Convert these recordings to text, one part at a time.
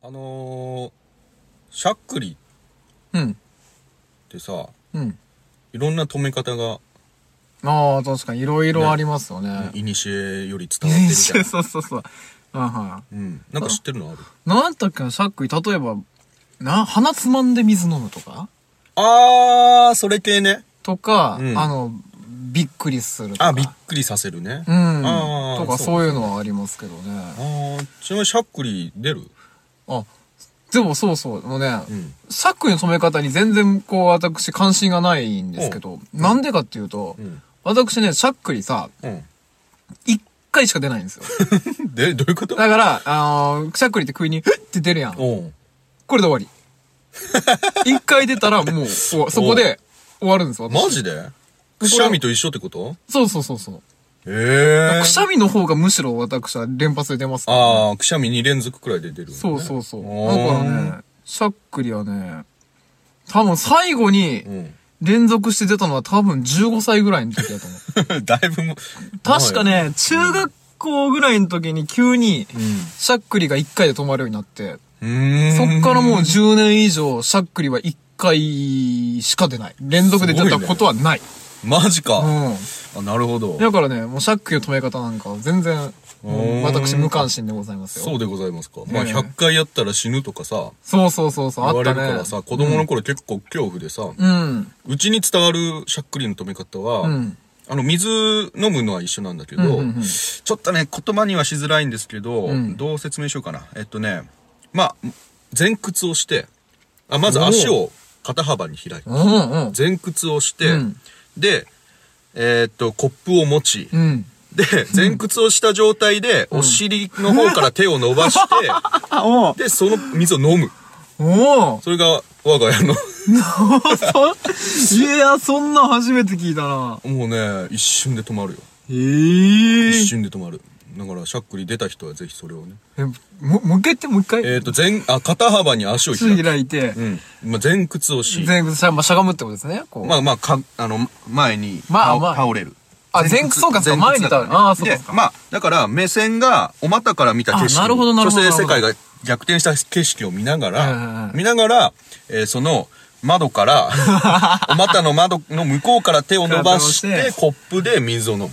しゃっくりうん。 ってさ、 うん。 いろんな止め方が、 ああ、確かにいろいろありますよね。 いにしえより伝わってるじゃん。 そうそうそう。はうん。なんか知ってるのある？ い。なんだっけな、しゃっくり、例えば、鼻つまんで水飲むとかそれ系ね。 とか、 うん、 びっくりするとか。 びっくりさせるね。 うん。とかそういうのはありますけどね。 ちなみにしゃっくり出る？ でもそうそう。もうね、しゃっくりの止め方に全然私関心がないんですけど、なんでかっていうと、私ね、しゃっくりさ、1回しか出ないんですよ。 どういうこと？ だから、しゃっくりって食いに、ふって出るやん。これで終わり。1回出たらもう、そこで終わるんですよ。 マジで？くしゃみと一緒ってこと？ そうそうそうそう。くしゃみの方がむしろ私は連発で出ますからね。 くしゃみ2連続くらいで出る、ね。 そうそうそう。だからね、しゃっくりはね、多分最後に連続して出たのは多分15歳ぐらいの時だと思う。 だいぶも確かね、中学校ぐらいの時に急にしゃっくりが1回で止まるようになって、そっからもう10年以上しゃっくりは1回しか出ない。連続で出たことはない。 マジか。なるほど。 だからね、もうしゃっくりの止め方なんか全然、私無関心でございますよ。 そうでございますか。まあ100回やったら死ぬとかさ。 そうそうそうそう、 あったね。言われるからさ、子供の頃結構恐怖でさ、うちに伝わるしゃっくりの止め方は、水飲むのは一緒なんだけど、ちょっとね、言葉にはしづらいんですけど、どう説明しようかな。まあ、前屈をして、まず足を肩幅に開いて、前屈をして、で、コップを持ち、で、前屈をした状態で、お尻の方から手を伸ばして、で、その水を飲む。それが我が家の。 いや、そんなん初めて聞いたな。 もうね、一瞬で止まるよ。一瞬で止まる。だから、しゃっくり出た人はぜひそれをね。 もう一回言って、もう一回。 肩幅に足を開いて。 前屈をし。 前屈、しゃがむってことですね。 前に倒れる。 前屈、そうか、前に倒れる。そうか。 だから目線がお股から見た景色。 なるほど、なるほど。 そして世界が逆転した景色を見ながら、その窓から、お股の窓の向こうから手を伸ばして、コップで水を飲む。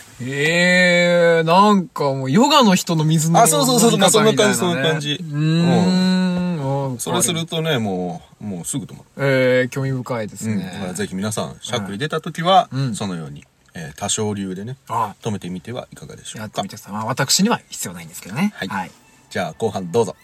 なんかもうヨガの人の水のそう、そんな感じ。それするとね、もうすぐ止まる。興味深いですね。 ぜひ皆さん、しゃっくり出た時は、そのように。多少流でね、止めてみてはいかがでしょうか。 やってみてください。私には必要ないんですけどね。 はい。じゃあ、後半どうぞ。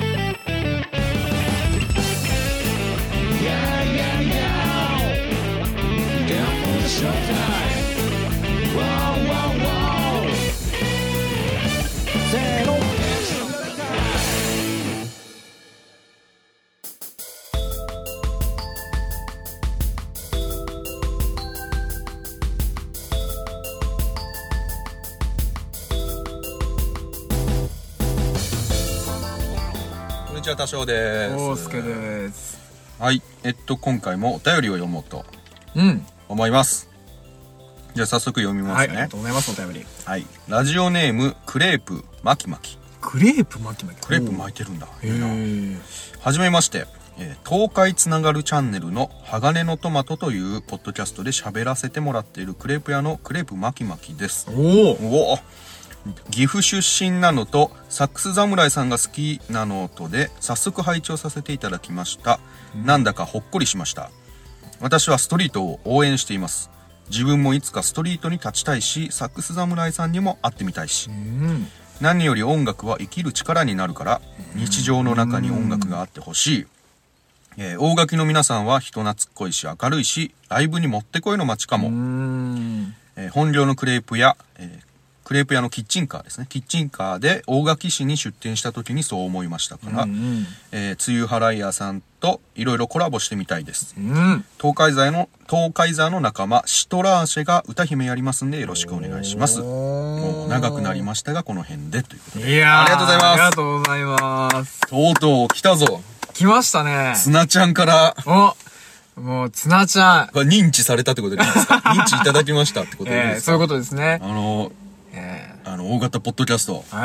こんにちは、多少です。 大輔です。 はい。今回もお便りを読もうと思います。じゃあ早速読みますね。 ありがとうございます、お便り。 はい。ラジオネーム、クレープ巻き巻き。 クレープ巻き巻き。 クレープ巻いてるんだ。はじめまして。東海つながるチャンネルの鋼のトマトというポッドキャストで喋らせてもらっているクレープ屋のクレープ巻き巻きです。岐阜出身なのとサックス侍さんが好きなのとで早速拝聴させていただきました。なんだかほっこりしました。私はストリートを応援しています。自分もいつかストリートに立ちたいし、サックス侍さんにも会ってみたいし、何より音楽は生きる力になるから、日常の中に音楽があってほしい。大垣の皆さんは人懐っこいし明るいし、ライブにもってこいの街かも。本業のクレープ屋のキッチンカーですね。キッチンカーで大垣市に出店した時にそう思いましたから、つゆ払い屋さんといろいろコラボしてみたいです。東海座の仲間、シトラーシェが歌姫やりますんでよろしくお願いします。もう長くなりましたが、この辺でということで。 いやー、 ありがとうございます。 ありがとうございます。 とうとう来たぞ。 来ましたね。 ツナちゃんから。 もう、ツナちゃん。 認知されたってことでいいですか？認知いただきましたってことでいいですか？ そういうことですね。 大型ポッドキャスト。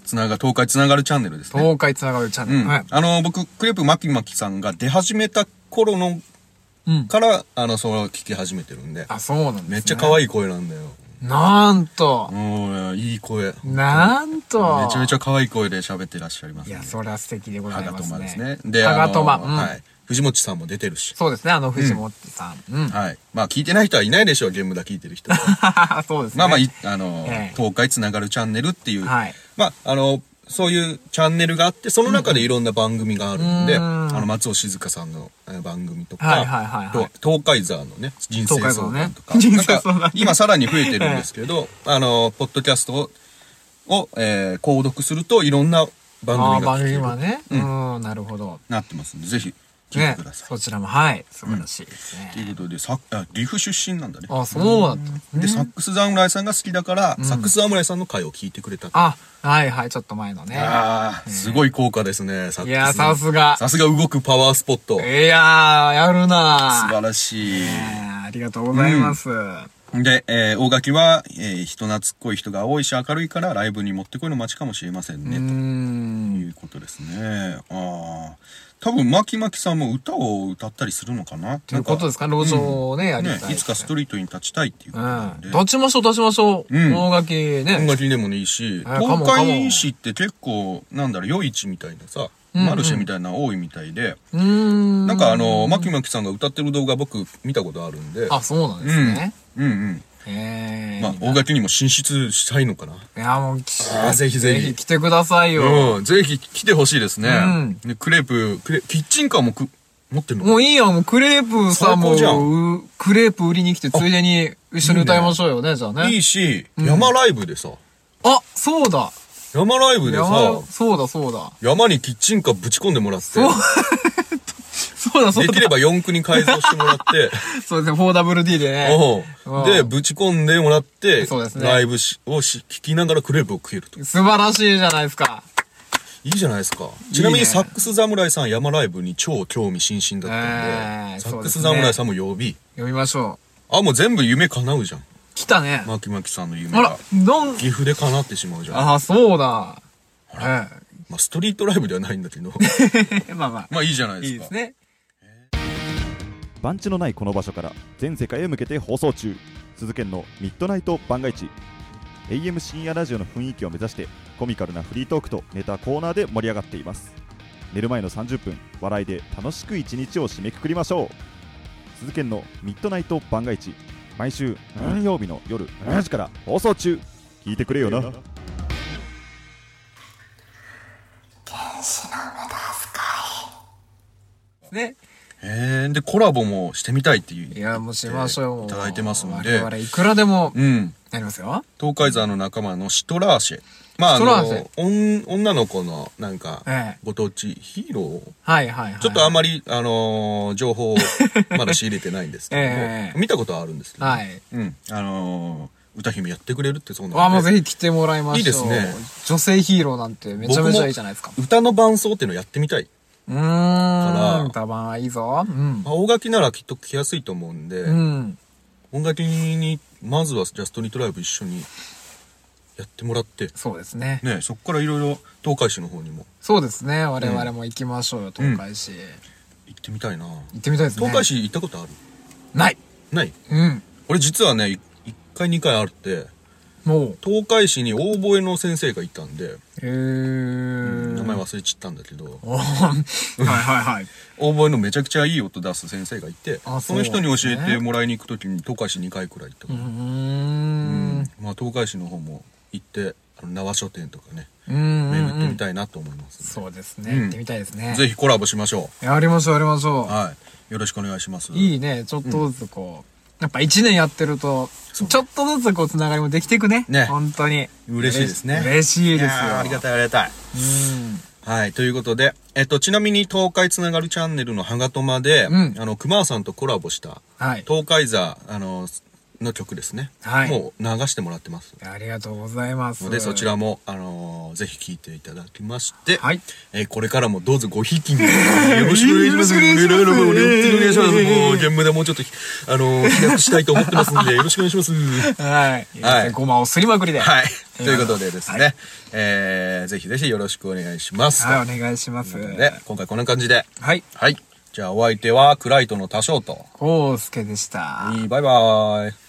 東海つながるチャンネルですね。 東海つながるチャンネル。はい。 僕、クレープマキマキさんが出始めた頃の、から、それを聞き始めてるんで。 あ、そうなんですね。 めっちゃ可愛い声なんだよ。 なんと。 いい声。 なんと。 めちゃめちゃ可愛い声で喋ってらっしゃいます、ね。 いや、それは素敵でございますね。 はがとまですね。で、 はがとま。 はい。藤本さんも出てるし。 そうですね、藤本さん。 はい。まあ、聞いてない人はいないでしょう、ゲームだ聞いてる人は。そうですね。 まあまあ、東海つながるチャンネルっていう。はい。まあ、そういうチャンネルがあって、その中でいろんな番組があるんで、松尾静香さんの番組とか、東海ザーのね、人生相談とか、今さらに増えてるんですけど、ポッドキャストを、購読するといろんな番組が聞ける。 番組はね。なるほど。 なってますんで、ぜひ聞いてください。 そちらも、はい。素晴らしいですね。 ということで、岐阜出身なんだね。 あ、そうだったで、サックス侍さんが好きだから、サックス侍さんの回を聞いてくれた。 あ、はいはい、ちょっと前のね。 すごい効果ですね、サックス。 いや、さすが。 さすが動くパワースポット。 いややるな素晴らしい。 ありがとうございます。 で、大垣は、人懐っこい人が多いし明るいからライブに持ってこいの街かもしれませんね、ということですね。多分、マキマキさんも歌を歌ったりするのかなということですか、路上をね、やりたい。 いつかストリートに立ちたいっていうことなんで。 立ちましょう。大垣ね。 大垣でもいいし、東海市って結構、夜市みたいなさ、マルシェみたいなの多いみたいで、なんかマキマキさんが歌ってる動画僕見たことあるんで。 あ、そうなんですね。 まあ、大垣にも進出したいのかな。 いや、もう、 ぜひぜひ。 来てくださいよ。 ぜひ来てほしいですね。クレープ、キッチンカーも持ってるの？ もういいやん、もうクレープさ、もう、クレープ売りに来て、ついでに一緒に歌いましょうよね、じゃあね。 いいし、山ライブでさ。 あ、そうだ。 山ライブでさ。 そうだ。 山にキッチンカーぶち込んでもらって。 そうだ。 できれば4区に改造してもらって。 そうですね、4WD でね。 で、ぶち込んでもらって、 そうですね。 ライブを聞きながらクレープを食えると。 素晴らしいじゃないですか。 いいじゃないですか。ちなみにサックス侍さん山ライブに超興味津々だったんで、サックス侍さんも呼びましょう。 もう全部夢叶うじゃん。 来たね。 マキマキさんの夢が。岐阜で叶ってしまうじゃん。 あ、そうだ。 まあ、ストリートライブではないんだけど。まあいいじゃないですか。 いいですね。 番地のないこの場所から全世界へ向けて放送中。鈴研のミッドナイト番外地。AM 深夜ラジオの雰囲気を目指してコミカルなフリートークとネタコーナーで盛り上がっています。寝る前の30分、笑いで楽しく一日を締めくくりましょう。鈴研のミッドナイト番外地、毎週何曜日の夜7時から放送中。聞いてくれよな。 ね。 で、コラボもしてみたいっていう。 いや、もうしましょう。 いただいてますので。 我々いくらでも、やりますよ。 東海ザーの仲間のシトラーシェ。まあ、女の子の、ご当地ヒーロー。 はい。 ちょっとあまり、情報をまだ仕入れてないんですけども、見たことはあるんですけど。 はい。 歌姫やってくれるってそうなんで。 もうぜひ来てもらいましょう。 いいですね。 女性ヒーローなんてめちゃめちゃいいじゃないですか。 歌の伴奏っていうのやってみたい。 歌番はいいぞ。 大垣ならきっと来やすいと思うんで、大垣に、まずはジャストニットライブ一緒にやってもらって。 そうですね。 ね、そこからいろいろ東海市の方にも。 そうですね。我々も行きましょうよ、東海市。 行ってみたいな。 行ってみたいですね。 東海市行ったことある？ ない。 俺実はね、1回2回あって、東海市にオーボエの先生がいたんで、名前忘れちったんだけど、オーボエのめちゃくちゃいい音出す先生がいて、その人に教えてもらいに行くときに東海市2回くらい行ったから、まあ東海市の方も行って、縄書店とかね、巡ってみたいなと思います。 そうですね。行ってみたいですね。 ぜひコラボしましょう。やりましょう。 はい。よろしくお願いします。 いいね。ちょっとずつやっぱ1年やってると、ちょっとずつつながりもできていくね。本当に。 嬉しいですね。 嬉しいですよ。 ありがたい。はい。ということで、ちなみに東海つながるチャンネルのハガトマで、熊さんとコラボした、東海座、 の曲ですね。 はいもう流してもらってます。 ありがとうございます。 ので、そちらも、ぜひ聴いていただきまして、 はい。 これからもどうぞごひいきによろしくお願いします。お願いします。もう、現場でもうちょっと、飛躍したいと思ってますんで、よろしくお願いします。 はい。はい。ごまをすりまくりで。 はい。ということでですね、ぜひぜひよろしくお願いします。 はい、お願いします。 で、今回こんな感じで。 はい。 はい。じゃあお相手は、クライトの多少と。 コウスケでした。 バイバーイ。